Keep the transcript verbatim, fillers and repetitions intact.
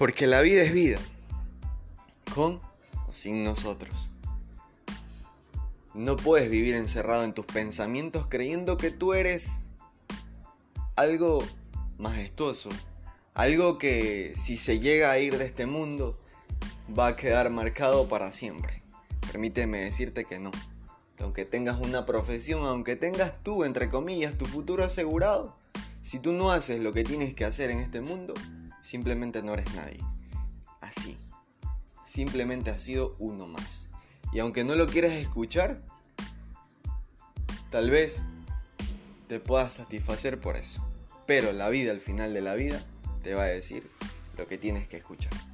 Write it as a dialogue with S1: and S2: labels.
S1: Porque la vida es vida, con o sin nosotros. No puedes vivir encerrado en tus pensamientos creyendo que tú eres algo majestuoso, algo que si se llega a ir de este mundo va a quedar marcado para siempre. Permíteme decirte que no. Aunque tengas una profesión, aunque tengas tú, entre comillas, tu futuro asegurado, si tú no haces lo que tienes que hacer en este mundo, simplemente no eres nadie. Así. Simplemente has sido uno más. Y aunque no lo quieras escuchar, tal vez te puedas satisfacer por eso. Pero la vida, al final de la vida, te va a decir lo que tienes que escuchar.